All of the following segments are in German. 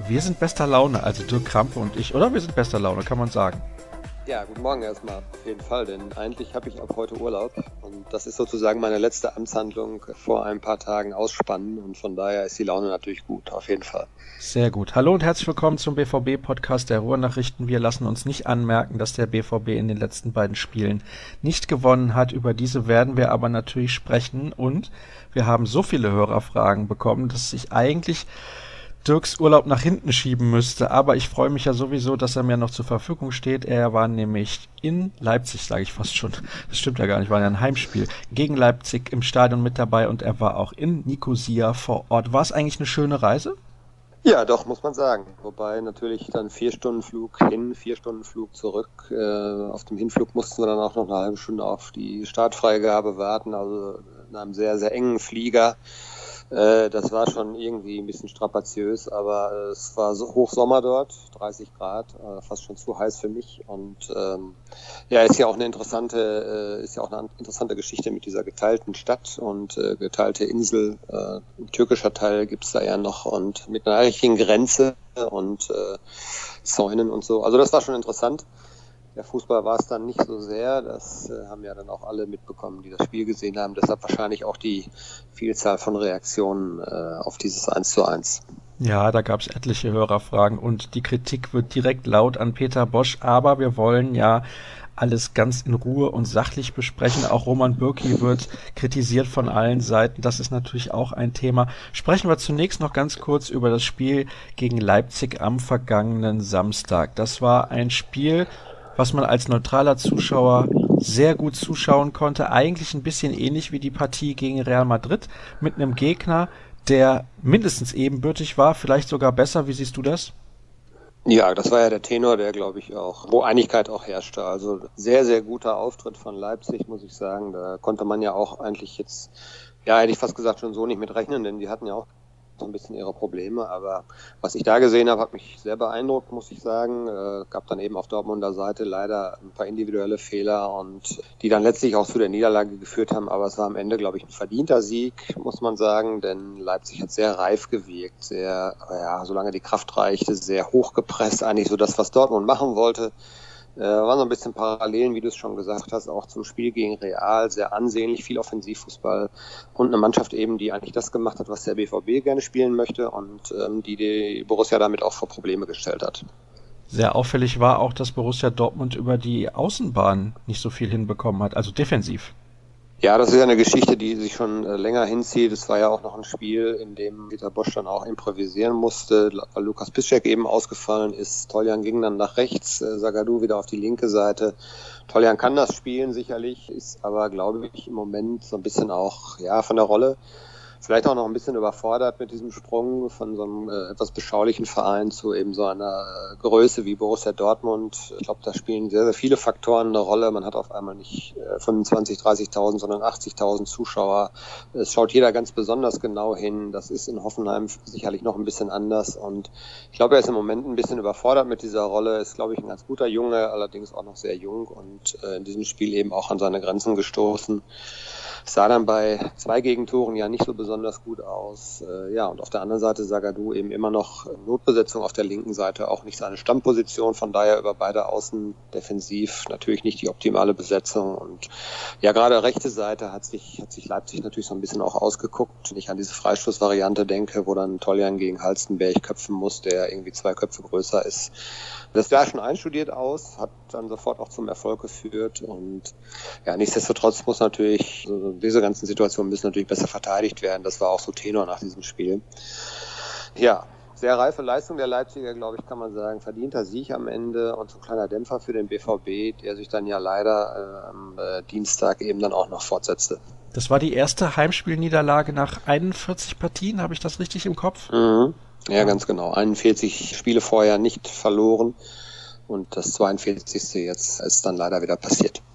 Wir sind bester Laune, also Dirk Krampe und ich, oder? Wir sind bester Laune, kann man sagen. Ja, guten Morgen erstmal, auf jeden Fall, denn eigentlich habe ich ab heute Urlaub und das ist sozusagen meine letzte Amtshandlung vor ein paar Tagen ausspannen und von daher ist die Laune natürlich gut, auf jeden Fall. Sehr gut. Hallo und herzlich willkommen zum BVB-Podcast der Ruhrnachrichten. Wir lassen uns nicht anmerken, dass der BVB in den letzten beiden Spielen nicht gewonnen hat. Über diese werden wir aber natürlich sprechen und wir haben so viele Hörerfragen bekommen, dass ich eigentlich Dirks Urlaub nach hinten schieben müsste, aber ich freue mich ja sowieso, dass er mir noch zur Verfügung steht. Er war nämlich in Leipzig, sage ich fast schon, das stimmt ja gar nicht, war ja ein Heimspiel, gegen Leipzig im Stadion mit dabei und er war auch in Nikosia vor Ort. War es eigentlich eine schöne Reise? Ja, doch, muss man sagen. Wobei natürlich dann 4 Stunden Flug hin, 4 Stunden Flug zurück. Auf dem Hinflug mussten wir dann auch noch eine halbe Stunde auf die Startfreigabe warten, also in einem sehr, sehr engen Flieger. Das war schon irgendwie ein bisschen strapaziös, aber es war so Hochsommer dort, 30 Grad, fast schon zu heiß für mich. Und ja, ist ja auch eine interessante Geschichte mit dieser geteilten Stadt und geteilte Insel. Ein türkischer Teil gibt's da ja noch und mit einer richtigen Grenze und Zäunen und so. Also das war schon interessant. Der Fußball war es dann nicht so sehr, das haben ja dann auch alle mitbekommen, die das Spiel gesehen haben. Deshalb wahrscheinlich auch die Vielzahl von Reaktionen auf dieses 1:1. Ja, da gab es etliche Hörerfragen und die Kritik wird direkt laut an Peter Bosz, aber wir wollen ja alles ganz in Ruhe und sachlich besprechen. Auch Roman Bürki wird kritisiert von allen Seiten. Das ist natürlich auch ein Thema. Sprechen wir zunächst noch ganz kurz über das Spiel gegen Leipzig am vergangenen Samstag. Das war ein Spiel, was man als neutraler Zuschauer sehr gut zuschauen konnte. Eigentlich ein bisschen ähnlich wie die Partie gegen Real Madrid mit einem Gegner, der mindestens ebenbürtig war, vielleicht sogar besser. Wie siehst du das? Ja, das war ja der Tenor, der glaube ich auch, wo Einigkeit auch herrschte. Also sehr, sehr guter Auftritt von Leipzig, muss ich sagen. Da konnte man ja auch eigentlich jetzt, ja, hätte ich fast gesagt, schon so nicht mit rechnen, denn die hatten ja auch so ein bisschen ihre Probleme, aber was ich da gesehen habe, hat mich sehr beeindruckt, muss ich sagen. Gab dann eben auf Dortmunder Seite leider ein paar individuelle Fehler und die dann letztlich auch zu der Niederlage geführt haben, aber es war am Ende, glaube ich, ein verdienter Sieg, muss man sagen, denn Leipzig hat sehr reif gewirkt, sehr, ja, solange die Kraft reichte, sehr hochgepresst, eigentlich so das, was Dortmund machen wollte. Waren so ein bisschen Parallelen, wie du es schon gesagt hast, auch zum Spiel gegen Real, sehr ansehnlich, viel Offensivfußball und eine Mannschaft eben, die eigentlich das gemacht hat, was der BVB gerne spielen möchte und die Borussia damit auch vor Probleme gestellt hat. Sehr auffällig war auch, dass Borussia Dortmund über die Außenbahn nicht so viel hinbekommen hat, also defensiv. Ja, das ist ja eine Geschichte, die sich schon länger hinzieht. Es war ja auch noch ein Spiel, in dem Peter Bosz dann auch improvisieren musste, weil Lukas Piszczek eben ausgefallen ist. Toljan ging dann nach rechts, Zagadou wieder auf die linke Seite. Toljan kann das spielen sicherlich, ist aber, glaube ich, im Moment so ein bisschen auch ja von der Rolle vielleicht auch noch ein bisschen überfordert mit diesem Sprung von so einem etwas beschaulichen Verein zu eben so einer Größe wie Borussia Dortmund. Ich glaube, da spielen sehr, sehr viele Faktoren eine Rolle. Man hat auf einmal nicht 25.000, 30.000, sondern 80.000 Zuschauer. Es schaut jeder ganz besonders genau hin. Das ist in Hoffenheim sicherlich noch ein bisschen anders und ich glaube, er ist im Moment ein bisschen überfordert mit dieser Rolle. Ist, glaube ich, ein ganz guter Junge, allerdings auch noch sehr jung und in diesem Spiel eben auch an seine Grenzen gestoßen. Sah dann bei 2 Gegentoren ja nicht so besonders gut aus. Ja, und auf der anderen Seite Zagadou eben immer noch Notbesetzung auf der linken Seite, auch nicht seine Stammposition, von daher über beide Außen defensiv natürlich nicht die optimale Besetzung. Und ja, gerade rechte Seite hat sich Leipzig natürlich so ein bisschen auch ausgeguckt. Wenn ich an diese Freistoßvariante denke, wo dann Toljan gegen Halstenberg köpfen muss, der irgendwie 2 Köpfe größer ist. Das sah schon einstudiert aus, hat dann sofort auch zum Erfolg geführt und ja, nichtsdestotrotz muss natürlich, also diese ganzen Situationen müssen natürlich besser verteidigt werden. Das war auch so Tenor nach diesem Spiel. Ja, sehr reife Leistung der Leipziger, glaube ich, kann man sagen. Verdienter Sieg am Ende und so ein kleiner Dämpfer für den BVB, der sich dann ja leider am Dienstag eben dann auch noch fortsetzte. Das war die erste Heimspielniederlage nach 41 Partien, habe ich das richtig im Kopf? Mhm. Ja, ganz genau. 41 Spiele vorher nicht verloren und das 42. jetzt ist dann leider wieder passiert.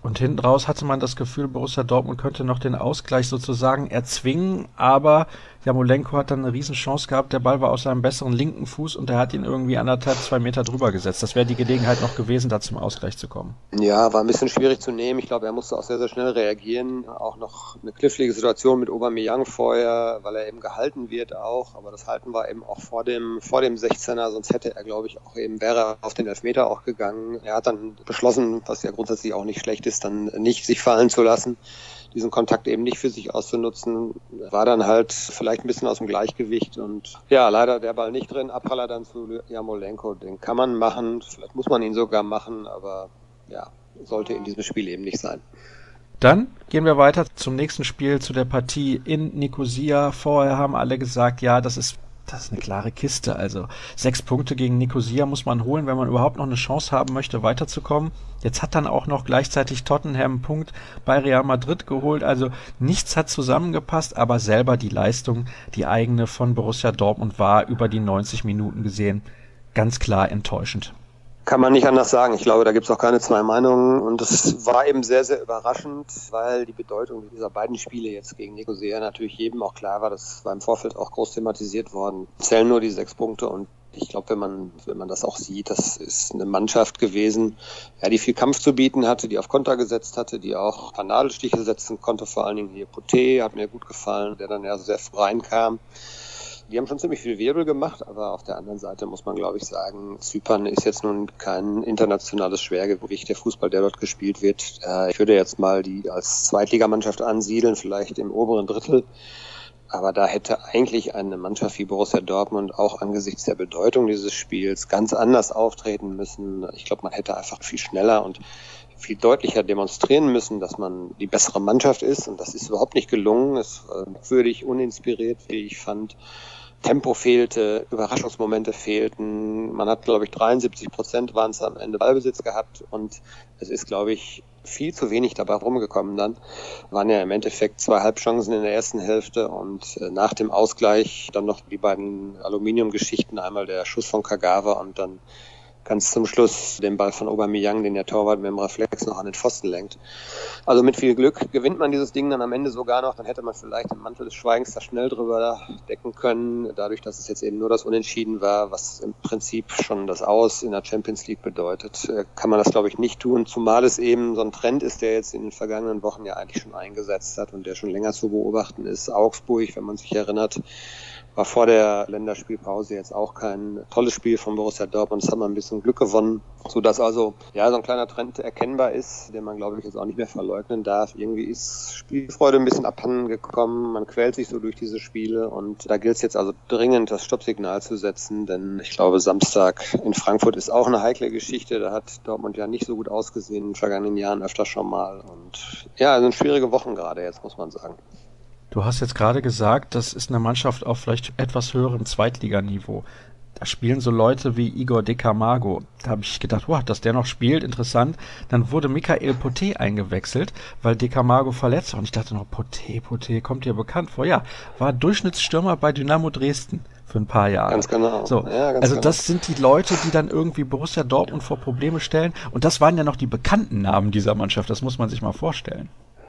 Und hinten raus hatte man das Gefühl, Borussia Dortmund könnte noch den Ausgleich sozusagen erzwingen, aber Jarmolenko hat dann eine Riesenchance gehabt, der Ball war aus seinem besseren linken Fuß und er hat ihn irgendwie 1,5, 2 Meter drüber gesetzt. Das wäre die Gelegenheit noch gewesen, da zum Ausgleich zu kommen. Ja, war ein bisschen schwierig zu nehmen. Ich glaube, er musste auch sehr, sehr schnell reagieren. Auch noch eine knifflige Situation mit Aubameyang vorher, weil er eben gehalten wird auch. Aber das Halten war eben auch vor dem 16er, sonst hätte er, glaube ich, wäre er auf den Elfmeter auch gegangen. Er hat dann beschlossen, was ja grundsätzlich auch nicht schlecht ist, dann nicht sich fallen zu lassen, diesen Kontakt eben nicht für sich auszunutzen, war dann halt vielleicht ein bisschen aus dem Gleichgewicht und ja, leider der Ball nicht drin, Abpraller dann zu Jarmolenko, den kann man machen, vielleicht muss man ihn sogar machen, aber ja, sollte in diesem Spiel eben nicht sein. Dann gehen wir weiter zum nächsten Spiel, zu der Partie in Nicosia. Vorher haben alle gesagt, ja, das ist eine klare Kiste. Also 6 Punkte gegen Nicosia muss man holen, wenn man überhaupt noch eine Chance haben möchte, weiterzukommen. Jetzt hat dann auch noch gleichzeitig Tottenham einen Punkt bei Real Madrid geholt. Also nichts hat zusammengepasst, aber selber die Leistung, die eigene von Borussia Dortmund war über die 90 Minuten gesehen ganz klar enttäuschend. Kann man nicht anders sagen. Ich glaube, da gibt es auch keine zwei Meinungen. Und es war eben sehr, sehr überraschend, weil die Bedeutung dieser beiden Spiele jetzt gegen Nicosia natürlich jedem auch klar war. Das war im Vorfeld auch groß thematisiert worden. Zählen nur die 6 Punkte. Und ich glaube, wenn man das auch sieht, das ist eine Mannschaft gewesen, ja, die viel Kampf zu bieten hatte, die auf Konter gesetzt hatte, die auch ein paar Nadelstiche setzen konnte. Vor allen Dingen hier Poté hat mir gut gefallen, der dann ja sehr früh reinkam. Die haben schon ziemlich viel Wirbel gemacht, aber auf der anderen Seite muss man, glaube ich, sagen, Zypern ist jetzt nun kein internationales Schwergewicht, der Fußball, der dort gespielt wird. Ich würde jetzt mal die als Zweitligamannschaft ansiedeln, vielleicht im oberen Drittel. Aber da hätte eigentlich eine Mannschaft wie Borussia Dortmund auch angesichts der Bedeutung dieses Spiels ganz anders auftreten müssen. Ich glaube, man hätte einfach viel schneller und viel deutlicher demonstrieren müssen, dass man die bessere Mannschaft ist. Und das ist überhaupt nicht gelungen. Es war merkwürdig, uninspiriert, wie ich fand. Tempo fehlte, Überraschungsmomente fehlten. Man hat, glaube ich, 73% waren es am Ende Ballbesitz gehabt. Und es ist, glaube ich, viel zu wenig dabei rumgekommen dann. Waren ja im Endeffekt 2 Halbchancen in der ersten Hälfte und nach dem Ausgleich dann noch die beiden Aluminiumgeschichten. Einmal der Schuss von Kagawa und dann ganz zum Schluss den Ball von Aubameyang, den der Torwart mit dem Reflex noch an den Pfosten lenkt. Also mit viel Glück gewinnt man dieses Ding dann am Ende sogar noch. Dann hätte man vielleicht im Mantel des Schweigens da schnell drüber decken können. Dadurch, dass es jetzt eben nur das Unentschieden war, was im Prinzip schon das Aus in der Champions League bedeutet, kann man das, glaube ich, nicht tun. Zumal es eben so ein Trend ist, der jetzt in den vergangenen Wochen ja eigentlich schon eingesetzt hat und der schon länger zu beobachten ist. Augsburg, wenn man sich erinnert, war vor der Länderspielpause jetzt auch kein tolles Spiel von Borussia Dortmund. Das hat man ein bisschen Glück gewonnen, sodass also ja so ein kleiner Trend erkennbar ist, den man, glaube ich, jetzt auch nicht mehr verleugnen darf. Irgendwie ist Spielfreude ein bisschen abhanden gekommen. Man quält sich so durch diese Spiele und da gilt es jetzt also dringend, das Stoppsignal zu setzen, denn ich glaube, Samstag in Frankfurt ist auch eine heikle Geschichte. Da hat Dortmund ja nicht so gut ausgesehen in den vergangenen Jahren öfter schon mal. Und ja, es sind schwierige Wochen gerade jetzt, muss man sagen. Du hast jetzt gerade gesagt, das ist eine Mannschaft auf vielleicht etwas höherem Zweitliganiveau. Da spielen so Leute wie Igor de Camargo. Da habe ich gedacht, wow, dass der noch spielt, interessant. Dann wurde Michael Poté eingewechselt, weil de Camargo verletzt war. Und ich dachte noch, Poté, kommt dir bekannt vor? Ja, war Durchschnittsstürmer bei Dynamo Dresden für ein paar Jahre. Ganz genau. So, ja, ganz also genau. das sind die Leute, die dann irgendwie Borussia Dortmund vor Probleme stellen. Und das waren ja noch die bekannten Namen dieser Mannschaft. Das muss man sich mal vorstellen.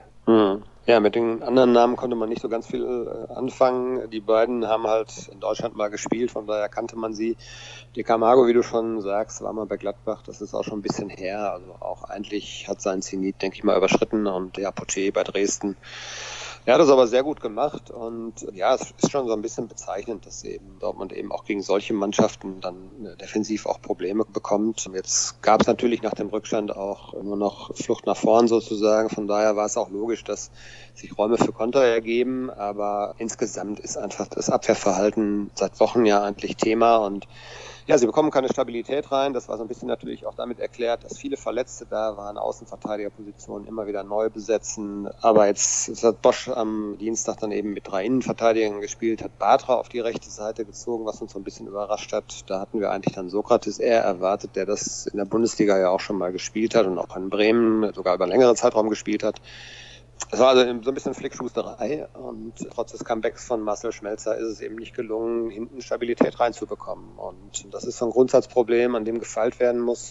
Ja, mit den anderen Namen konnte man nicht so ganz viel anfangen. Die beiden haben halt in Deutschland mal gespielt, von daher kannte man sie. De Camargo, wie du schon sagst, war mal bei Gladbach, das ist auch schon ein bisschen her. Also auch eigentlich hat sein Zenit, denke ich mal, überschritten. Und der Poté bei Dresden, er hat das aber sehr gut gemacht. Und ja, es ist schon so ein bisschen bezeichnend, dass eben Dortmund eben auch gegen solche Mannschaften dann defensiv auch Probleme bekommt. Jetzt gab es natürlich nach dem Rückstand auch nur noch Flucht nach vorn sozusagen. Von daher war es auch logisch, dass sich Räume für Konter ergeben. Aber insgesamt ist einfach das Abwehrverhalten seit Wochen ja eigentlich Thema. Und ja, sie bekommen keine Stabilität rein. Das war so ein bisschen natürlich auch damit erklärt, dass viele Verletzte da waren, Außenverteidigerpositionen immer wieder neu besetzen. Aber jetzt hat Bosch am Dienstag dann eben mit 3 Innenverteidigern gespielt, hat Bartra auf die rechte Seite gezogen, was uns so ein bisschen überrascht hat. Da hatten wir eigentlich dann Sokrates eher erwartet, der das in der Bundesliga ja auch schon mal gespielt hat und auch in Bremen sogar über einen längeren Zeitraum gespielt hat. Es war also so ein bisschen Flickschusterei und trotz des Comebacks von Marcel Schmelzer ist es eben nicht gelungen, hinten Stabilität reinzubekommen. Und das ist so ein Grundsatzproblem, an dem gefeilt werden muss.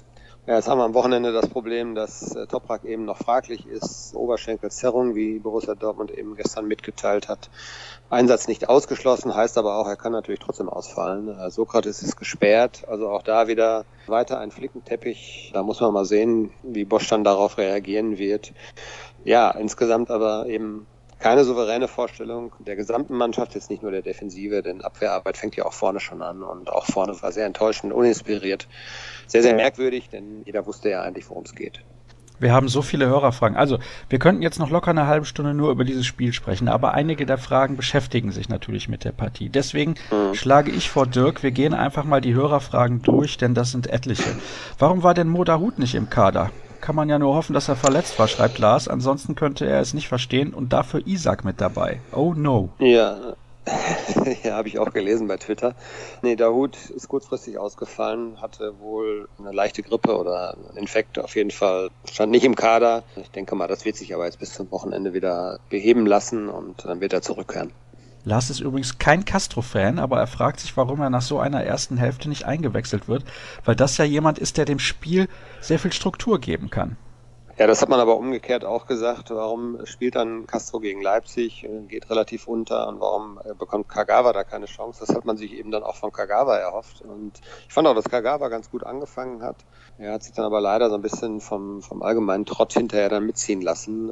Ja, jetzt haben wir am Wochenende das Problem, dass Toprak eben noch fraglich ist. Oberschenkelzerrung, wie Borussia Dortmund eben gestern mitgeteilt hat. Einsatz nicht ausgeschlossen, heißt aber auch, er kann natürlich trotzdem ausfallen. Sokrates ist gesperrt, also auch da wieder weiter ein Flickenteppich. Da muss man mal sehen, wie Bosz dann darauf reagieren wird. Ja, insgesamt aber eben keine souveräne Vorstellung der gesamten Mannschaft, jetzt nicht nur der Defensive, denn Abwehrarbeit fängt ja auch vorne schon an und auch vorne war sehr enttäuschend, uninspiriert. Sehr, sehr merkwürdig, denn jeder wusste ja eigentlich, worum es geht. Wir haben so viele Hörerfragen. Also, wir könnten jetzt noch locker eine halbe Stunde nur über dieses Spiel sprechen, aber einige der Fragen beschäftigen sich natürlich mit der Partie. Deswegen schlage ich vor, Dirk, wir gehen einfach mal die Hörerfragen durch, denn das sind etliche. Warum war denn Mo Dahoud nicht im Kader? Kann man ja nur hoffen, dass er verletzt war, schreibt Lars. Ansonsten könnte er es nicht verstehen und dafür Isak mit dabei. Oh no. Ja, ja, habe ich auch gelesen bei Twitter. Nee, Dahoud ist kurzfristig ausgefallen, hatte wohl eine leichte Grippe oder einen Infekt auf jeden Fall. Stand nicht im Kader. Ich denke mal, das wird sich aber jetzt bis zum Wochenende wieder beheben lassen und dann wird er zurückkehren. Lars ist übrigens kein Castro-Fan, aber er fragt sich, warum er nach so einer ersten Hälfte nicht eingewechselt wird, weil das ja jemand ist, der dem Spiel sehr viel Struktur geben kann. Ja, das hat man aber umgekehrt auch gesagt. Warum spielt dann Castro gegen Leipzig, geht relativ unter und warum bekommt Kagawa da keine Chance? Das hat man sich eben dann auch von Kagawa erhofft. Und ich fand auch, dass Kagawa ganz gut angefangen hat. Er hat sich dann aber leider so ein bisschen vom allgemeinen Trott hinterher dann mitziehen lassen.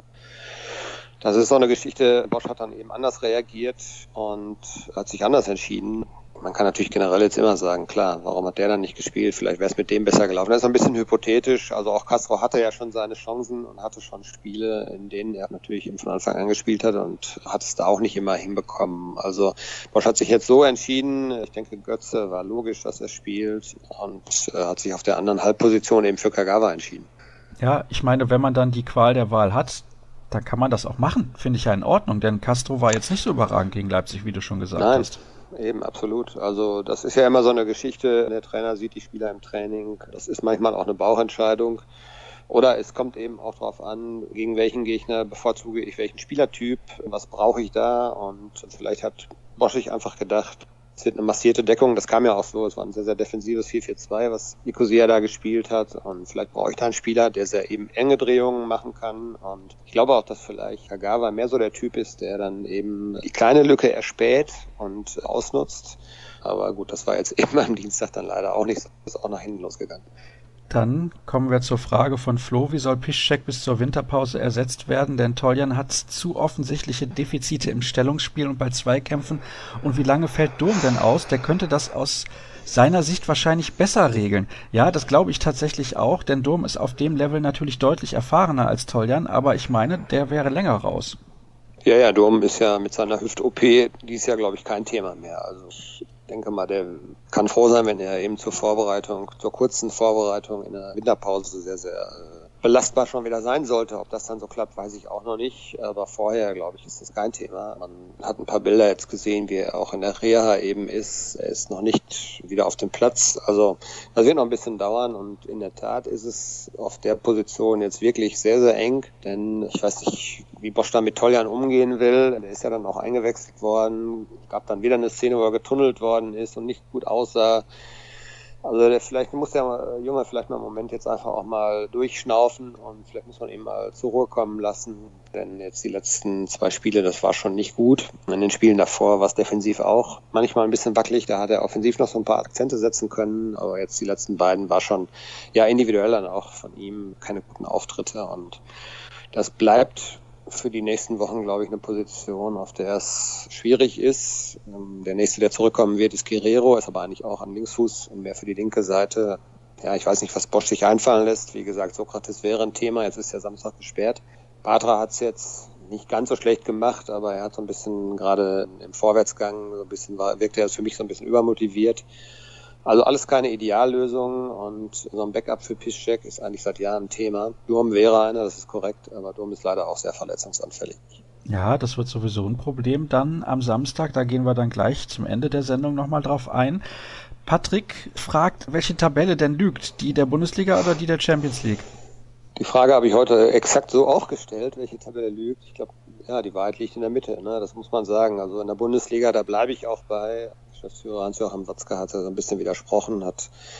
Das ist so eine Geschichte. Bosz hat dann eben anders reagiert und hat sich anders entschieden. Man kann natürlich generell jetzt immer sagen, klar, warum hat der dann nicht gespielt? Vielleicht wäre es mit dem besser gelaufen. Das ist ein bisschen hypothetisch. Also auch Castro hatte ja schon seine Chancen und hatte schon Spiele, in denen er natürlich von Anfang an gespielt hat und hat es da auch nicht immer hinbekommen. Also Bosz hat sich jetzt so entschieden. Ich denke, Götze war logisch, dass er spielt und hat sich auf der anderen Halbposition eben für Kagawa entschieden. Ja, ich meine, wenn man dann die Qual der Wahl hat, dann kann man das auch machen. Finde ich ja in Ordnung, denn Castro war jetzt nicht so überragend gegen Leipzig, wie du schon gesagt hast. Eben, absolut. Also das ist ja immer so eine Geschichte, der Trainer sieht die Spieler im Training, das ist manchmal auch eine Bauchentscheidung oder es kommt eben auch darauf an, gegen welchen Gegner bevorzuge ich welchen Spielertyp, was brauche ich da und vielleicht hat Bosz sich einfach gedacht, es wird eine massierte Deckung, das kam ja auch so, es war ein sehr, sehr defensives 4-4-2, was Nicosia da gespielt hat und vielleicht brauche ich da einen Spieler, der sehr eben enge Drehungen machen kann und ich glaube auch, dass vielleicht Kagawa mehr so der Typ ist, der dann eben die kleine Lücke erspäht und ausnutzt, aber gut, das war jetzt eben am Dienstag dann leider auch nicht so, ist auch nach hinten losgegangen. Dann kommen wir zur Frage von Flo, wie soll Piszczek bis zur Winterpause ersetzt werden, denn Toljan hat zu offensichtliche Defizite im Stellungsspiel und bei Zweikämpfen und wie lange fällt Durm denn aus? Der könnte das aus seiner Sicht wahrscheinlich besser regeln. Ja, das glaube ich tatsächlich auch, denn Durm ist auf dem Level natürlich deutlich erfahrener als Toljan, aber ich meine, der wäre länger raus. Ja, Durm ist ja mit seiner Hüft-OP, die ist ja, glaube ich, kein Thema mehr. Also ich denke mal, der kann froh sein, wenn er eben zur kurzen Vorbereitung in der Winterpause sehr, sehr belastbar schon wieder sein sollte. Ob das dann so klappt, weiß ich auch noch nicht. Aber vorher, glaube ich, ist das kein Thema. Man hat ein paar Bilder jetzt gesehen, wie er auch in der Reha eben ist. Er ist noch nicht wieder auf dem Platz. Also das wird noch ein bisschen dauern. Und in der Tat ist es auf der Position jetzt wirklich sehr, sehr eng. Denn ich weiß nicht, wie Bosz da mit Toljan umgehen will. Der ist ja dann auch eingewechselt worden. Gab dann wieder eine Szene, wo er getunnelt worden ist und nicht gut aussah. Also vielleicht muss der Junge vielleicht mal einen Moment jetzt einfach auch mal durchschnaufen und vielleicht muss man ihn mal zur Ruhe kommen lassen, denn jetzt die letzten 2 Spiele, das war schon nicht gut. In den Spielen davor war es defensiv auch manchmal ein bisschen wackelig, da hat er offensiv noch so ein paar Akzente setzen können, aber jetzt die letzten beiden war schon ja individuell dann auch von ihm keine guten Auftritte und das bleibt für die nächsten Wochen, glaube ich, eine Position, auf der es schwierig ist. Der nächste, der zurückkommen wird, ist Guerrero, ist aber eigentlich auch am Linksfuß und mehr für die linke Seite. Ja, ich weiß nicht, was Bosz sich einfallen lässt. Wie gesagt, Sokrates wäre ein Thema. Jetzt ist ja Samstag gesperrt. Batra hat es jetzt nicht ganz so schlecht gemacht, aber er hat so ein bisschen gerade im Vorwärtsgang wirkte er für mich so ein bisschen übermotiviert. Also alles keine Ideallösung und so ein Backup für Piszczek ist eigentlich seit Jahren ein Thema. Durm wäre einer, das ist korrekt, aber Durm ist leider auch sehr verletzungsanfällig. Ja, das wird sowieso ein Problem dann am Samstag, da gehen wir dann gleich zum Ende der Sendung nochmal drauf ein. Patrick fragt, welche Tabelle denn lügt, die der Bundesliga oder die der Champions League? Die Frage habe ich heute exakt so auch gestellt, welche Tabelle lügt. Ich glaube, ja, die Wahrheit liegt in der Mitte, ne? Das muss man sagen. Also in der Bundesliga, da bleibe ich auch bei. Geschäftsführer Hans-Joachim Watzke hat so ein bisschen widersprochen, hat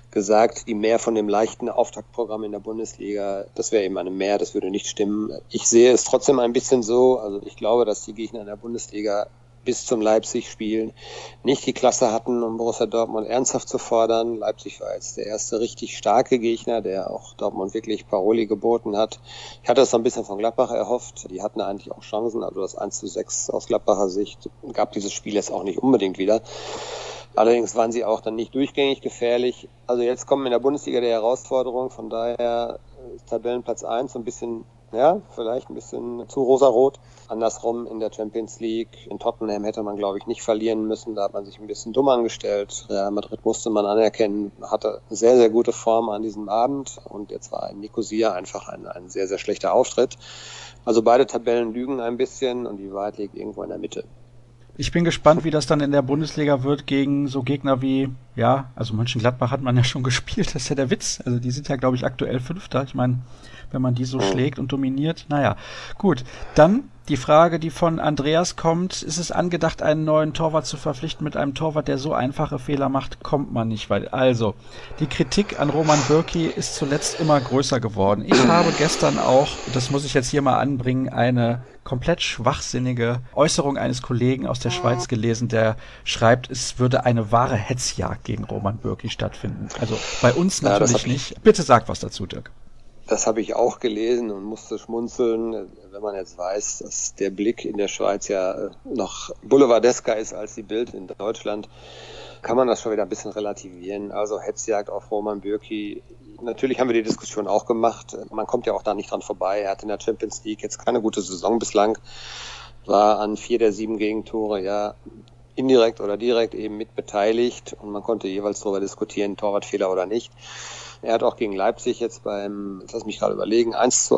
gesagt, die Mehr von dem leichten Auftaktprogramm in der Bundesliga, das wäre eben eine Mehr, das würde nicht stimmen. Ich sehe es trotzdem ein bisschen so, also ich glaube, dass die Gegner in der Bundesliga bis zum Leipzig-Spiel nicht die Klasse hatten, um Borussia Dortmund ernsthaft zu fordern. Leipzig war jetzt der erste richtig starke Gegner, der auch Dortmund wirklich Paroli geboten hat. Ich hatte das so ein bisschen von Gladbach erhofft. Die hatten eigentlich auch Chancen, also das 1:6 aus Gladbacher Sicht gab dieses Spiel jetzt auch nicht unbedingt wieder. Allerdings waren sie auch dann nicht durchgängig gefährlich. Also jetzt kommen in der Bundesliga die Herausforderungen, von daher ist Tabellenplatz 1 so ein bisschen, ja, vielleicht ein bisschen zu rosarot. Andersrum in der Champions League, in Tottenham hätte man, glaube ich, nicht verlieren müssen. Da hat man sich ein bisschen dumm angestellt. Real Madrid musste man anerkennen, hatte sehr, sehr gute Form an diesem Abend. Und jetzt war in Nicosia einfach ein sehr, sehr schlechter Auftritt. Also beide Tabellen lügen ein bisschen und die Wahrheit liegt irgendwo in der Mitte. Ich bin gespannt, wie das dann in der Bundesliga wird gegen so Gegner wie, ja, also Mönchengladbach hat man ja schon gespielt, das ist ja der Witz. Also die sind ja, glaube ich, aktuell Fünfter. Ich meine, wenn man die so schlägt und dominiert, naja, gut. Dann die Frage, die von Andreas kommt, ist es angedacht, einen neuen Torwart zu verpflichten mit einem Torwart, der so einfache Fehler macht, kommt man nicht weit. Also, die Kritik an Roman Bürki ist zuletzt immer größer geworden. Ich habe gestern auch, das muss ich jetzt hier mal anbringen, eine komplett schwachsinnige Äußerung eines Kollegen aus der Schweiz gelesen, der schreibt, es würde eine wahre Hetzjagd gegen Roman Bürki stattfinden. Also bei uns natürlich nicht. Bitte sag was dazu, Dirk. Das habe ich auch gelesen und musste schmunzeln, wenn man jetzt weiß, dass der Blick in der Schweiz ja noch boulevardesker ist als die Bild in Deutschland, kann man das schon wieder ein bisschen relativieren. Also Hetzjagd auf Roman Bürki. Natürlich haben wir die Diskussion auch gemacht. Man kommt ja auch da nicht dran vorbei. Er hat in der Champions League jetzt keine gute Saison bislang. War an 4 der 7 Gegentore, ja, indirekt oder direkt eben mit beteiligt. Und man konnte jeweils darüber diskutieren, Torwartfehler oder nicht. Er hat auch gegen Leipzig jetzt lass mich gerade überlegen,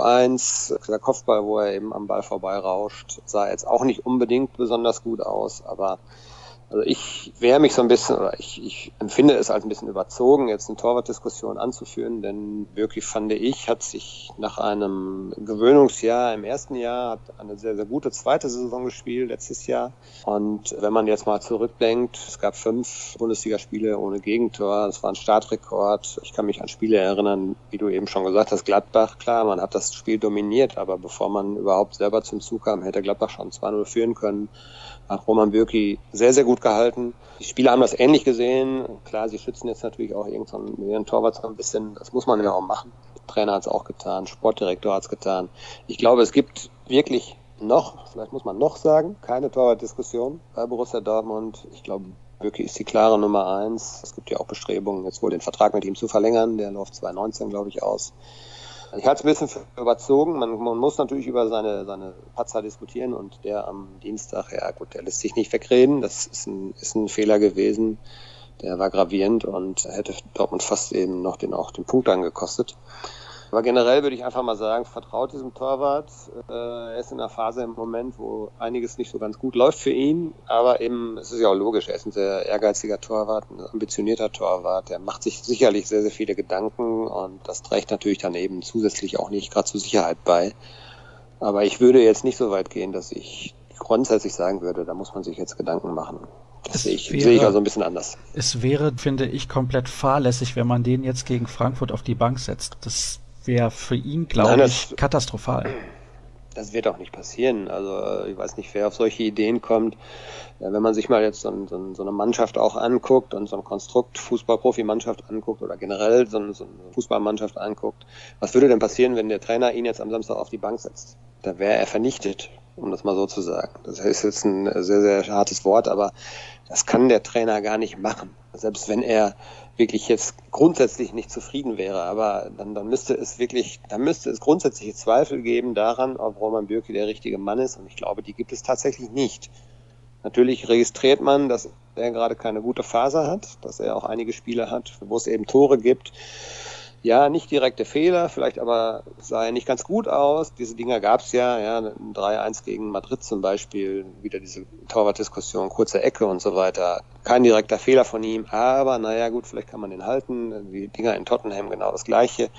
1:1, der Kopfball, wo er eben am Ball vorbeirauscht, sah jetzt auch nicht unbedingt besonders gut aus, aber also ich wehre mich so ein bisschen, oder ich empfinde es als ein bisschen überzogen, jetzt eine Torwartdiskussion anzuführen, denn Bürki, fand ich, hat sich nach einem Gewöhnungsjahr im ersten Jahr, hat eine sehr, sehr gute zweite Saison gespielt letztes Jahr. Und wenn man jetzt mal zurückdenkt, es gab 5 Bundesligaspiele ohne Gegentor, das war ein Startrekord. Ich kann mich an Spiele erinnern, wie du eben schon gesagt hast, Gladbach, klar, man hat das Spiel dominiert, aber bevor man überhaupt selber zum Zug kam, hätte Gladbach schon 2:0 führen können. Hat Roman Bürki sehr, sehr gut gehalten. Die Spieler haben das ähnlich gesehen. Klar, sie schützen jetzt natürlich auch ihren Torwart so ein bisschen. Das muss man ja auch machen. Der Trainer hat es auch getan, Sportdirektor hat es getan. Ich glaube, es gibt wirklich vielleicht muss man noch sagen, keine Torwartdiskussion bei Borussia Dortmund. Ich glaube, Bürki ist die klare Nummer 1. Es gibt ja auch Bestrebungen, jetzt wohl den Vertrag mit ihm zu verlängern. Der läuft 2019, glaube ich, aus. Ich halte es ein bisschen für überzogen. Man muss natürlich über seine Patzer diskutieren und der am Dienstag, ja gut, der lässt sich nicht wegreden. Das ist ein Fehler gewesen. Der war gravierend und hätte Dortmund fast eben noch den Punkt angekostet. Aber generell würde ich einfach mal sagen, vertraut diesem Torwart. Er ist in einer Phase im Moment, wo einiges nicht so ganz gut läuft für ihn. Aber eben, es ist ja auch logisch, er ist ein sehr ehrgeiziger Torwart, ein ambitionierter Torwart. Der macht sich sicherlich sehr, sehr viele Gedanken und das trägt natürlich dann eben zusätzlich auch nicht gerade zur Sicherheit bei. Aber ich würde jetzt nicht so weit gehen, dass ich grundsätzlich sagen würde, da muss man sich jetzt Gedanken machen. Das sehe ich also ein bisschen anders. Es wäre, finde ich, komplett fahrlässig, wenn man den jetzt gegen Frankfurt auf die Bank setzt. Das wäre für ihn, glaube ich, katastrophal. Das wird auch nicht passieren. Also ich weiß nicht, wer auf solche Ideen kommt. Wenn man sich mal jetzt so eine Mannschaft auch anguckt und so ein Konstrukt Fußball-Profi-Mannschaft anguckt oder generell so eine Fußballmannschaft anguckt, was würde denn passieren, wenn der Trainer ihn jetzt am Samstag auf die Bank setzt? Da wäre er vernichtet, um das mal so zu sagen. Das ist jetzt ein sehr, sehr hartes Wort, aber das kann der Trainer gar nicht machen. Selbst wenn er wirklich jetzt grundsätzlich nicht zufrieden wäre, aber dann müsste es grundsätzliche Zweifel geben daran, ob Roman Bürki der richtige Mann ist, und ich glaube, die gibt es tatsächlich nicht. Natürlich registriert man, dass er gerade keine gute Phase hat, dass er auch einige Spiele hat, wo es eben Tore gibt. Ja, nicht direkte Fehler, vielleicht aber sah er nicht ganz gut aus. Diese Dinger gab es ja, ein 3:1 gegen Madrid zum Beispiel, wieder diese Torwartdiskussion, kurze Ecke und so weiter. Kein direkter Fehler von ihm, aber naja gut, vielleicht kann man den halten. Die Dinger in Tottenham genau das Gleiche.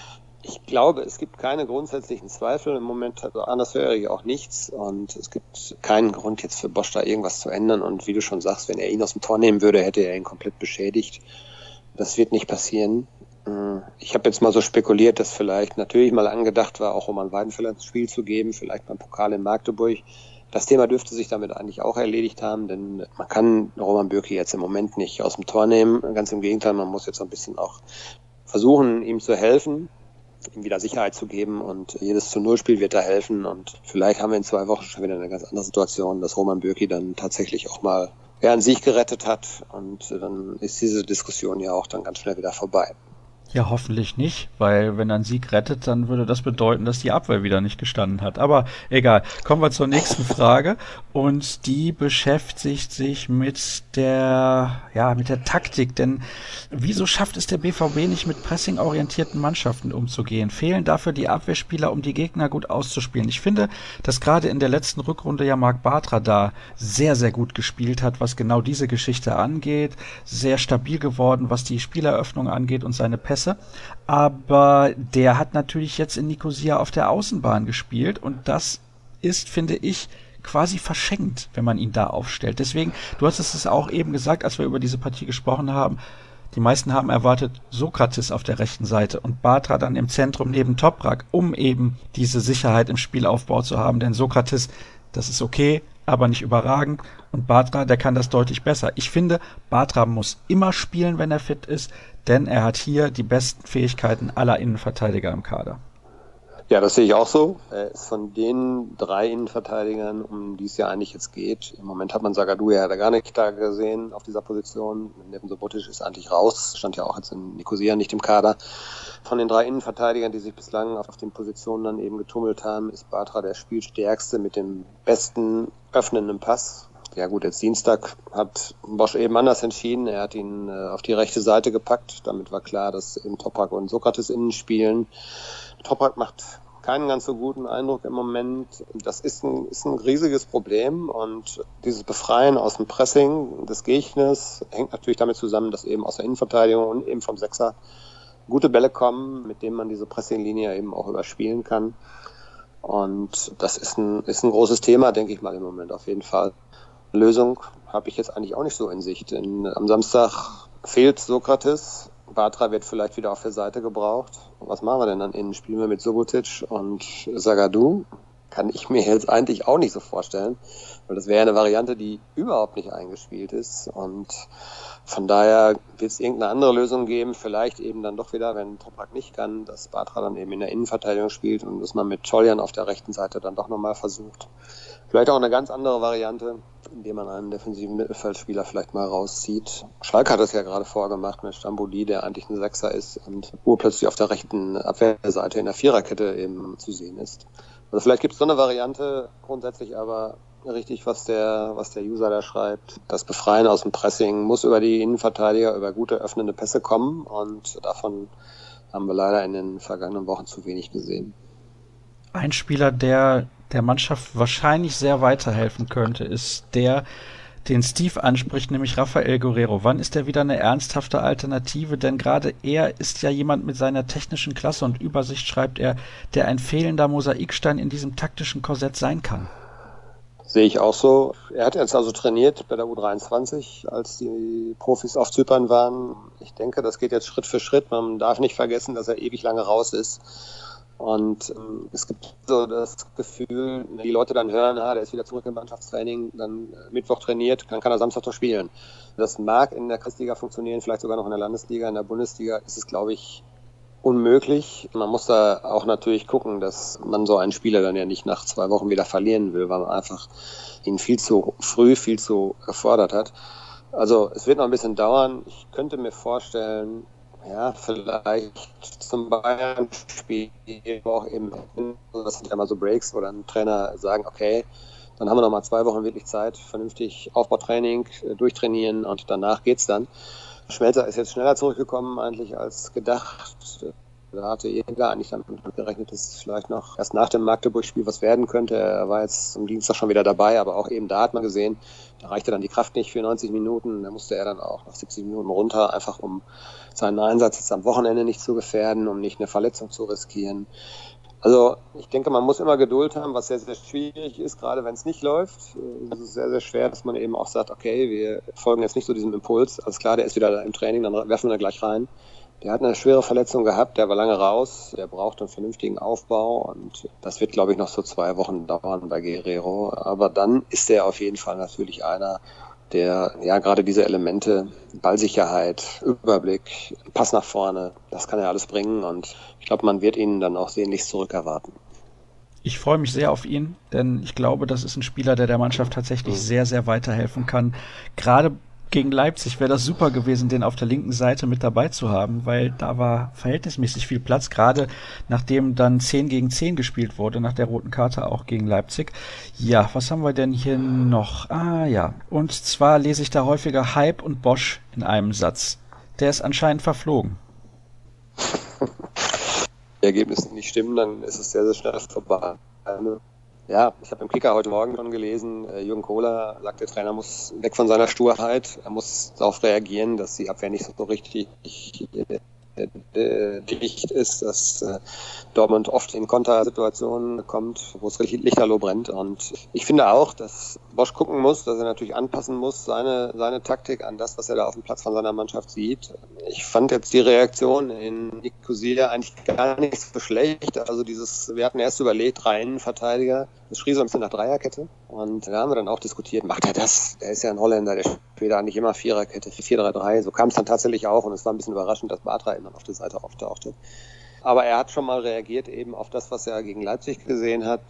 Ich glaube, es gibt keine grundsätzlichen Zweifel im Moment, also anders höre ich auch nichts, und es gibt keinen Grund jetzt für Bosz da irgendwas zu ändern, und wie du schon sagst, wenn er ihn aus dem Tor nehmen würde, hätte er ihn komplett beschädigt. Das wird nicht passieren. Ich habe jetzt mal so spekuliert, dass vielleicht natürlich mal angedacht war, auch Roman Weidenfeller ins Spiel zu geben, vielleicht beim Pokal in Magdeburg. Das Thema dürfte sich damit eigentlich auch erledigt haben, denn man kann Roman Bürki jetzt im Moment nicht aus dem Tor nehmen. Ganz im Gegenteil, man muss jetzt ein bisschen auch versuchen, ihm zu helfen, ihm wieder Sicherheit zu geben, und jedes zu-0-Spiel wird da helfen, und vielleicht haben wir in 2 Wochen schon wieder eine ganz andere Situation, dass Roman Bürki dann tatsächlich auch mal einen Sieg gerettet hat, und dann ist diese Diskussion ja auch dann ganz schnell wieder vorbei. Ja, hoffentlich nicht, weil wenn er einen Sieg rettet, dann würde das bedeuten, dass die Abwehr wieder nicht gestanden hat. Aber egal, kommen wir zur nächsten Frage, und die beschäftigt sich mit der Taktik, denn wieso schafft es der BVB nicht, mit pressingorientierten Mannschaften umzugehen? Fehlen dafür die Abwehrspieler, um die Gegner gut auszuspielen? Ich finde, dass gerade in der letzten Rückrunde ja Marc Bartra da sehr, sehr gut gespielt hat, was genau diese Geschichte angeht, sehr stabil geworden, was die Spieleröffnung angeht und seine Pässe. Aber der hat natürlich jetzt in Nicosia auf der Außenbahn gespielt, und das ist, finde ich, quasi verschenkt, wenn man ihn da aufstellt. Deswegen, du hast es auch eben gesagt, als wir über diese Partie gesprochen haben, die meisten haben erwartet Sokrates auf der rechten Seite und Bartra dann im Zentrum neben Toprak, um eben diese Sicherheit im Spielaufbau zu haben, denn Sokrates, das ist okay, aber nicht überragend, und Bartra, der kann das deutlich besser. Ich finde, Bartra muss immer spielen, wenn er fit ist, denn er hat hier die besten Fähigkeiten aller Innenverteidiger im Kader. Ja, das sehe ich auch so. Er ist von den 3 Innenverteidigern, um die es ja eigentlich jetzt geht. Im Moment hat man Zagadou ja gar nicht da gesehen auf dieser Position. Neven Subotic ist eigentlich raus, stand ja auch jetzt in Nicosia nicht im Kader. Von den 3 Innenverteidigern, die sich bislang auf den Positionen dann eben getummelt haben, ist Bartra der Spielstärkste mit dem besten öffnenden Pass. Ja gut, jetzt Dienstag hat Bosch eben anders entschieden. Er hat ihn auf die rechte Seite gepackt. Damit war klar, dass eben Toprak und Sokrates innen spielen. Toprak macht keinen ganz so guten Eindruck im Moment. Das ist ein riesiges Problem, und dieses Befreien aus dem Pressing des Gegners hängt natürlich damit zusammen, dass eben aus der Innenverteidigung und eben vom Sechser gute Bälle kommen, mit denen man diese Pressinglinie eben auch überspielen kann. Und das ist ein großes Thema, denke ich mal im Moment auf jeden Fall. Lösung habe ich jetzt eigentlich auch nicht so in Sicht. Denn am Samstag fehlt Sokrates. Bartra wird vielleicht wieder auf der Seite gebraucht. Was machen wir denn dann innen? Spielen wir mit Subotic und Zagadou? Kann ich mir jetzt eigentlich auch nicht so vorstellen, weil das wäre eine Variante, die überhaupt nicht eingespielt ist. Und von daher wird es irgendeine andere Lösung geben. Vielleicht eben dann doch wieder, wenn Toprak nicht kann, dass Bartra dann eben in der Innenverteidigung spielt und dass man mit Toljan auf der rechten Seite dann doch nochmal versucht. Vielleicht auch eine ganz andere Variante, indem man einen defensiven Mittelfeldspieler vielleicht mal rauszieht. Schalke hat das ja gerade vorgemacht mit Stambouli, der eigentlich ein Sechser ist und urplötzlich auf der rechten Abwehrseite in der Viererkette eben zu sehen ist. Also vielleicht gibt es so eine Variante, grundsätzlich aber richtig, was der User da schreibt. Das Befreien aus dem Pressing muss über die Innenverteidiger, über gute öffnende Pässe kommen, und davon haben wir leider in den vergangenen Wochen zu wenig gesehen. Ein Spieler, der Mannschaft wahrscheinlich sehr weiterhelfen könnte, ist der, den Steve anspricht, nämlich Rafael Guerrero. Wann ist er wieder eine ernsthafte Alternative? Denn gerade er ist ja jemand mit seiner technischen Klasse und Übersicht, schreibt er, der ein fehlender Mosaikstein in diesem taktischen Korsett sein kann. Sehe ich auch so. Er hat jetzt also trainiert bei der U23, als die Profis auf Zypern waren. Ich denke, das geht jetzt Schritt für Schritt. Man darf nicht vergessen, dass er ewig lange raus ist. Und es gibt so das Gefühl, wenn die Leute dann hören, der ist wieder zurück im Mannschaftstraining, dann Mittwoch trainiert, dann kann er Samstag doch spielen. Das mag in der Kreisliga funktionieren, vielleicht sogar noch in der Landesliga. In der Bundesliga ist es, glaube ich, unmöglich. Man muss da auch natürlich gucken, dass man so einen Spieler dann ja nicht nach 2 Wochen wieder verlieren will, weil man einfach ihn viel zu früh, viel zu gefordert hat. Also es wird noch ein bisschen dauern. Ich könnte mir vorstellen, vielleicht zum Bayern-Spiel auch eben, das sind ja mal so Breaks, wo dann Trainer sagen, okay, dann haben wir noch mal 2 Wochen wirklich Zeit, vernünftig Aufbautraining, durchtrainieren, und danach geht's dann. Schmelzer ist jetzt schneller zurückgekommen eigentlich als gedacht. Da hatte Jäger eigentlich damit gerechnet, dass es vielleicht noch erst nach dem Magdeburg-Spiel was werden könnte. Er war jetzt am Dienstag schon wieder dabei, aber auch eben da hat man gesehen, da reichte dann die Kraft nicht für 90 Minuten. Da musste er dann auch nach 70 Minuten runter, einfach um seinen Einsatz jetzt am Wochenende nicht zu gefährden, um nicht eine Verletzung zu riskieren. Also ich denke, man muss immer Geduld haben, was sehr, sehr schwierig ist, gerade wenn es nicht läuft. Es ist sehr, sehr schwer, dass man eben auch sagt, okay, wir folgen jetzt nicht so diesem Impuls. Alles klar, der ist wieder da im Training, dann werfen wir da gleich rein. Der hat eine schwere Verletzung gehabt, der war lange raus, der braucht einen vernünftigen Aufbau und das wird, glaube ich, noch so 2 Wochen dauern bei Guerrero. Aber dann ist er auf jeden Fall natürlich einer, der ja gerade diese Elemente, Ballsicherheit, Überblick, Pass nach vorne, das kann er alles bringen und ich glaube, man wird ihn dann auch sehnlichst zurückerwarten. Ich freue mich sehr auf ihn, denn ich glaube, das ist ein Spieler, der Mannschaft tatsächlich sehr, sehr weiterhelfen kann. Gerade gegen Leipzig wäre das super gewesen, den auf der linken Seite mit dabei zu haben, weil da war verhältnismäßig viel Platz, gerade nachdem dann 10 gegen 10 gespielt wurde, nach der roten Karte auch gegen Leipzig. Ja, was haben wir denn hier noch? Ah ja, und zwar lese ich da häufiger Hype und Bosch in einem Satz. Der ist anscheinend verflogen. Die Ergebnisse nicht stimmen, dann ist es sehr, sehr schnell vorbei. Ja, ich habe im Kicker heute Morgen schon gelesen, Jürgen Kohler sagt, der Trainer muss weg von seiner Sturheit, er muss darauf reagieren, dass die Abwehr nicht so richtig dicht ist, dass Dortmund oft in Kontersituationen kommt, wo es richtig lichterloh brennt. Und ich finde auch, dass Bosch gucken muss, dass er natürlich anpassen muss, seine Taktik an das, was er da auf dem Platz von seiner Mannschaft sieht. Ich fand jetzt die Reaktion in Nicosia eigentlich gar nicht so schlecht. Also wir hatten erst überlegt, 3 Innenverteidiger, das schrie so ein bisschen nach Dreierkette. Und da haben wir dann auch diskutiert, macht er das? Der ist ja ein Holländer, der spielt eigentlich immer Viererkette, 4-3-3. So kam es dann tatsächlich auch und es war ein bisschen überraschend, dass Bartra dann auf der Seite auftauchte. Aber er hat schon mal reagiert eben auf das, was er gegen Leipzig gesehen hat.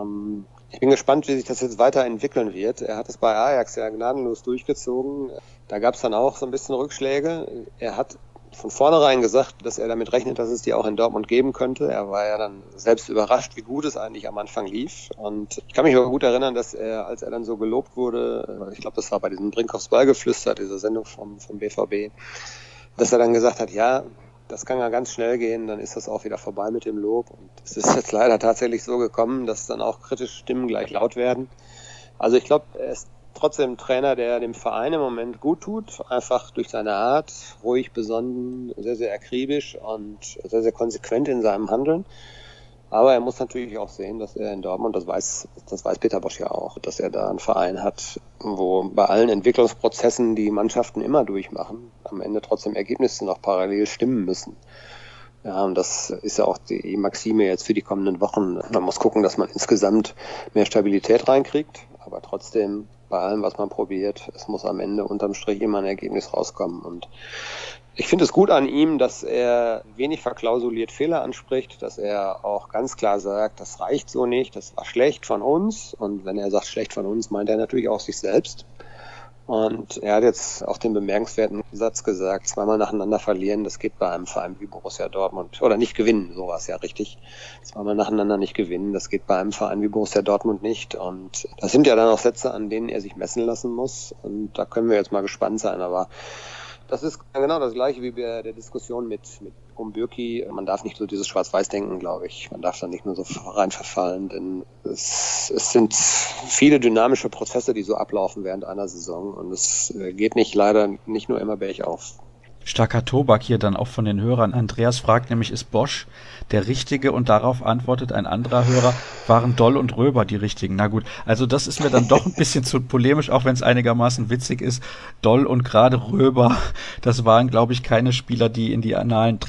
Ich bin gespannt, wie sich das jetzt weiterentwickeln wird. Er hat es bei Ajax ja gnadenlos durchgezogen. Da gab es dann auch so ein bisschen Rückschläge. Er hat von vornherein gesagt, dass er damit rechnet, dass es die auch in Dortmund geben könnte. Er war ja dann selbst überrascht, wie gut es eigentlich am Anfang lief. Und ich kann mich aber gut erinnern, dass er, als er dann so gelobt wurde, ich glaube, das war bei diesem Brinkhoffs Ballgeflüster, dieser Sendung vom BVB, dass er dann gesagt hat, ja, das kann ja ganz schnell gehen, dann ist das auch wieder vorbei mit dem Lob. Und es ist jetzt leider tatsächlich so gekommen, dass dann auch kritische Stimmen gleich laut werden. Also ich glaube, er ist trotzdem ein Trainer, der dem Verein im Moment gut tut, einfach durch seine Art, ruhig, besonnen, sehr, sehr akribisch und sehr, sehr konsequent in seinem Handeln. Aber er muss natürlich auch sehen, dass er in Dortmund, das weiß Peter Bosch ja auch, dass er da einen Verein hat, wo bei allen Entwicklungsprozessen, die Mannschaften immer durchmachen, am Ende trotzdem Ergebnisse noch parallel stimmen müssen. Ja, und das ist ja auch die Maxime jetzt für die kommenden Wochen. Man muss gucken, dass man insgesamt mehr Stabilität reinkriegt, aber trotzdem bei allem, was man probiert, es muss am Ende unterm Strich immer ein Ergebnis rauskommen. Und ich finde es gut an ihm, dass er wenig verklausuliert Fehler anspricht, dass er auch ganz klar sagt, das reicht so nicht, das war schlecht von uns. Und wenn er sagt schlecht von uns, meint er natürlich auch sich selbst. Und er hat jetzt auch den bemerkenswerten Satz gesagt, 2-mal nacheinander verlieren, das geht bei einem Verein wie Borussia Dortmund. Oder nicht gewinnen, so war es ja richtig. 2-mal nacheinander nicht gewinnen, das geht bei einem Verein wie Borussia Dortmund nicht. Und das sind ja dann auch Sätze, an denen er sich messen lassen muss. Und da können wir jetzt mal gespannt sein. Aber das ist genau das Gleiche wie bei der Diskussion mit Bürki. Man darf nicht so dieses Schwarz-Weiß-Denken, glaube ich. Man darf da nicht nur so rein verfallen, denn es sind viele dynamische Prozesse, die so ablaufen während einer Saison und es geht leider nicht nur immer bergauf. Starker Tobak hier dann auch von den Hörern. Andreas fragt nämlich, ist Bosch der Richtige? Und darauf antwortet ein anderer Hörer, waren Doll und Röber die Richtigen? Na gut, also das ist mir dann doch ein bisschen zu polemisch, auch wenn es einigermaßen witzig ist. Doll und gerade Röber, das waren, glaube ich, keine Spieler, die in die Annalen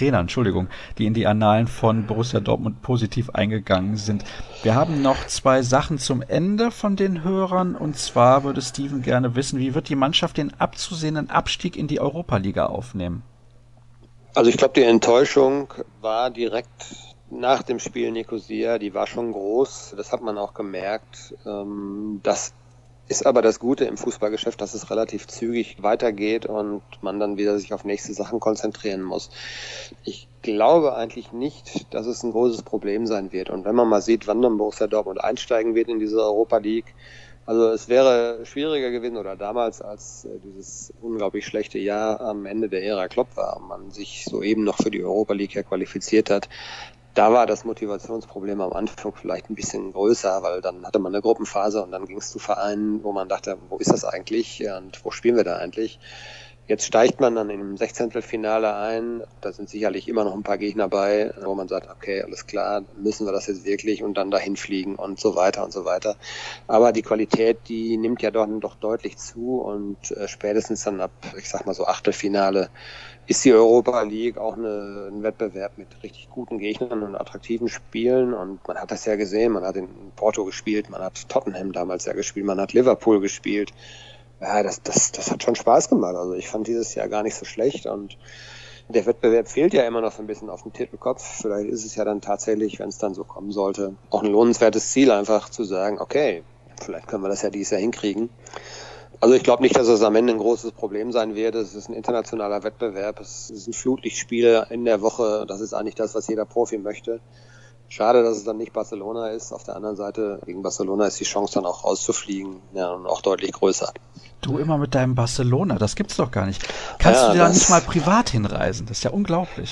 von Borussia Dortmund positiv eingegangen sind. Wir haben noch 2 Sachen zum Ende von den Hörern. Und zwar würde Steven gerne wissen, wie wird die Mannschaft den abzusehenden Abstieg in die Europa-Liga aufnehmen? Also ich glaube, die Enttäuschung war direkt nach dem Spiel Nicosia, die war schon groß. Das hat man auch gemerkt. Das ist aber das Gute im Fußballgeschäft, dass es relativ zügig weitergeht und man dann wieder sich auf nächste Sachen konzentrieren muss. Ich glaube eigentlich nicht, dass es ein großes Problem sein wird. Und wenn man mal sieht, wann dann Borussia Dortmund einsteigen wird in diese Europa League, also es wäre schwieriger gewesen oder damals, als dieses unglaublich schlechte Jahr am Ende der Ära Klopp war und man sich soeben noch für die Europa League ja qualifiziert hat. Da war das Motivationsproblem am Anfang vielleicht ein bisschen größer, weil dann hatte man eine Gruppenphase und dann ging es zu Vereinen, wo man dachte, wo ist das eigentlich und wo spielen wir da eigentlich? Jetzt steigt man dann im Sechzehntelfinale ein. Da sind sicherlich immer noch ein paar Gegner bei, wo man sagt, okay, alles klar, müssen wir das jetzt wirklich und dann dahin fliegen und so weiter und so weiter. Aber die Qualität, die nimmt ja doch deutlich zu und spätestens dann ab, ich sag mal so Achtelfinale, ist die Europa League auch ein Wettbewerb mit richtig guten Gegnern und attraktiven Spielen. Und man hat das ja gesehen, man hat in Porto gespielt, man hat Tottenham damals ja gespielt, man hat Liverpool gespielt. Ja, das hat schon Spaß gemacht. Also ich fand dieses Jahr gar nicht so schlecht und der Wettbewerb fehlt ja immer noch so ein bisschen auf dem Titelkopf. Vielleicht ist es ja dann tatsächlich, wenn es dann so kommen sollte, auch ein lohnenswertes Ziel, einfach zu sagen, okay, vielleicht können wir das ja dieses Jahr hinkriegen. Also ich glaube nicht, dass es am Ende ein großes Problem sein wird. Es ist ein internationaler Wettbewerb. Es sind Flutlichtspiele in der Woche. Das ist eigentlich das, was jeder Profi möchte. Schade, dass es dann nicht Barcelona ist. Auf der anderen Seite, gegen Barcelona ist die Chance dann auch rauszufliegen, ja, und auch deutlich größer. Du immer mit deinem Barcelona, das gibt's doch gar nicht. Kannst du da nicht mal privat hinreisen? Das ist ja unglaublich.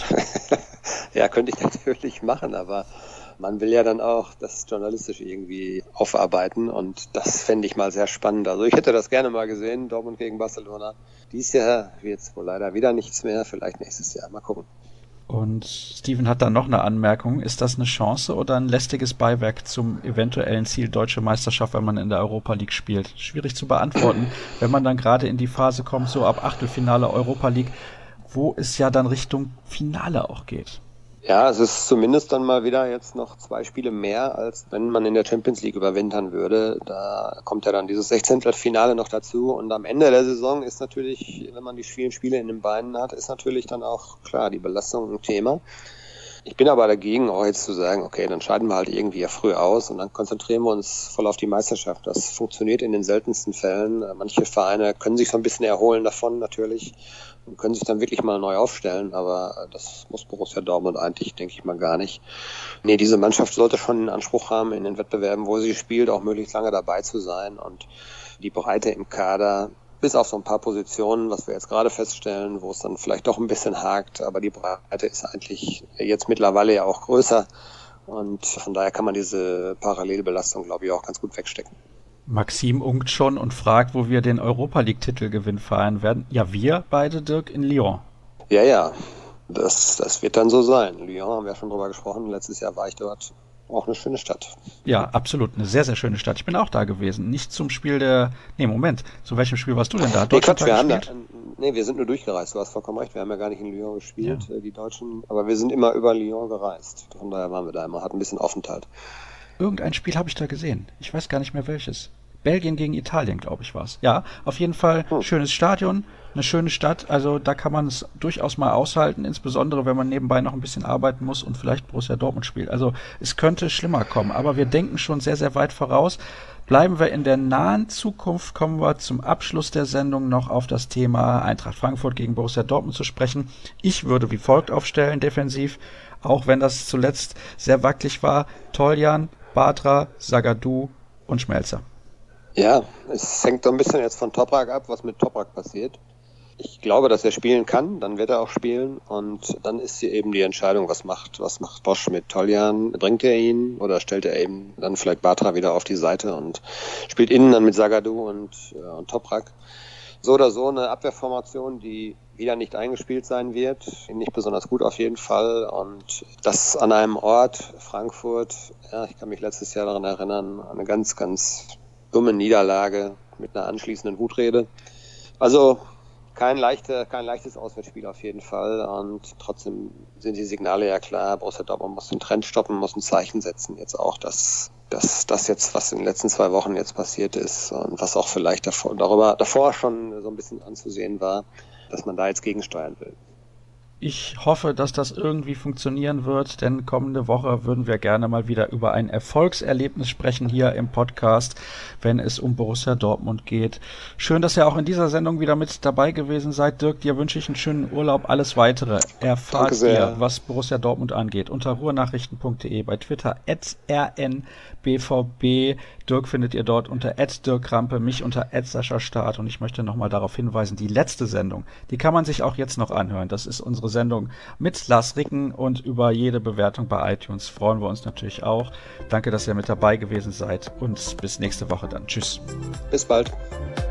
Ja, könnte ich natürlich machen, aber man will ja dann auch das journalistisch irgendwie aufarbeiten und das fände ich mal sehr spannend. Also ich hätte das gerne mal gesehen, Dortmund gegen Barcelona. Dieses Jahr wird es wohl leider wieder nichts mehr, vielleicht nächstes Jahr, mal gucken. Und Steven hat dann noch eine Anmerkung. Ist das eine Chance oder ein lästiges Beiwerk zum eventuellen Ziel Deutsche Meisterschaft, wenn man in der Europa League spielt? Schwierig zu beantworten, wenn man dann gerade in die Phase kommt, so ab Achtelfinale Europa League, wo es ja dann Richtung Finale auch geht. Ja, es ist zumindest dann mal wieder jetzt noch 2 Spiele mehr, als wenn man in der Champions League überwintern würde. Da kommt ja dann dieses Sechzehntelfinale noch dazu. Und am Ende der Saison ist natürlich, wenn man die vielen Spiele in den Beinen hat, ist natürlich dann auch, klar, die Belastung ein Thema. Ich bin aber dagegen, auch jetzt zu sagen, okay, dann scheiden wir halt irgendwie ja früh aus und dann konzentrieren wir uns voll auf die Meisterschaft. Das funktioniert in den seltensten Fällen. Manche Vereine können sich so ein bisschen erholen davon natürlich und können sich dann wirklich mal neu aufstellen, aber das muss Borussia Dortmund eigentlich, denke ich mal, gar nicht. Nee, diese Mannschaft sollte schon den Anspruch haben, in den Wettbewerben, wo sie spielt, auch möglichst lange dabei zu sein und die Breite im Kader, bis auf so ein paar Positionen, was wir jetzt gerade feststellen, wo es dann vielleicht doch ein bisschen hakt, aber die Breite ist eigentlich jetzt mittlerweile ja auch größer und von daher kann man diese Parallelbelastung, glaube ich, auch ganz gut wegstecken. Maxim unkt schon und fragt, wo wir den Europa-League-Titelgewinn feiern werden. Ja, wir beide, Dirk, in Lyon. Ja, das wird dann so sein. Lyon haben wir ja schon drüber gesprochen. Letztes Jahr war ich dort. Auch eine schöne Stadt. Ja, absolut. Eine sehr, sehr schöne Stadt. Ich bin auch da gewesen. Nicht zum Spiel der... Nee, Moment. Zu welchem Spiel warst du denn da? Deutschland wir sind nur durchgereist. Du hast vollkommen recht. Wir haben ja gar nicht in Lyon gespielt, ja. Die Deutschen. Aber wir sind immer über Lyon gereist. Von daher waren wir da immer. Hatten ein bisschen Aufenthalt. Irgendein Spiel habe ich da gesehen. Ich weiß gar nicht mehr welches. Belgien gegen Italien, glaube ich, war es. Ja, auf jeden Fall schönes Stadion, eine schöne Stadt. Also da kann man es durchaus mal aushalten, insbesondere wenn man nebenbei noch ein bisschen arbeiten muss und vielleicht Borussia Dortmund spielt. Also es könnte schlimmer kommen, aber wir denken schon sehr, sehr weit voraus. Bleiben wir in der nahen Zukunft, kommen wir zum Abschluss der Sendung noch auf das Thema Eintracht Frankfurt gegen Borussia Dortmund zu sprechen. Ich würde wie folgt aufstellen, defensiv, auch wenn das zuletzt sehr wackelig war. Toljan, Bartra, Zagadou und Schmelzer. Ja, es hängt so ein bisschen jetzt von Toprak ab, was mit Toprak passiert. Ich glaube, dass er spielen kann, dann wird er auch spielen und dann ist hier eben die Entscheidung, was macht Bosz mit Toljan? Bringt er ihn oder stellt er eben dann vielleicht Bartra wieder auf die Seite und spielt innen dann mit Zagadou und Toprak? So oder so eine Abwehrformation, die wieder nicht eingespielt sein wird, nicht besonders gut auf jeden Fall und das an einem Ort, Frankfurt, ja, ich kann mich letztes Jahr daran erinnern, eine ganz, ganz dumme Niederlage mit einer anschließenden Wutrede. Also kein leichtes Auswärtsspiel auf jeden Fall und trotzdem sind die Signale ja klar, Borussia Dortmund muss den Trend stoppen, muss ein Zeichen setzen. Jetzt auch, dass das jetzt, was in den letzten 2 Wochen jetzt passiert ist und was auch vielleicht davor schon so ein bisschen anzusehen war, dass man da jetzt gegensteuern will. Ich hoffe, dass das irgendwie funktionieren wird, denn kommende Woche würden wir gerne mal wieder über ein Erfolgserlebnis sprechen hier im Podcast, wenn es um Borussia Dortmund geht. Schön, dass ihr auch in dieser Sendung wieder mit dabei gewesen seid. Dirk, dir wünsche ich einen schönen Urlaub. Alles Weitere erfahrt ihr, was Borussia Dortmund angeht, unter ruhrnachrichten.de, bei Twitter @rnbvb. Dirk findet ihr dort unter @dirkkrampe, mich unter @sascha-start und ich möchte nochmal darauf hinweisen, die letzte Sendung, die kann man sich auch jetzt noch anhören. Das ist unsere Sendung mit Lars Ricken und über jede Bewertung bei iTunes freuen wir uns natürlich auch. Danke, dass ihr mit dabei gewesen seid und bis nächste Woche dann. Tschüss. Bis bald.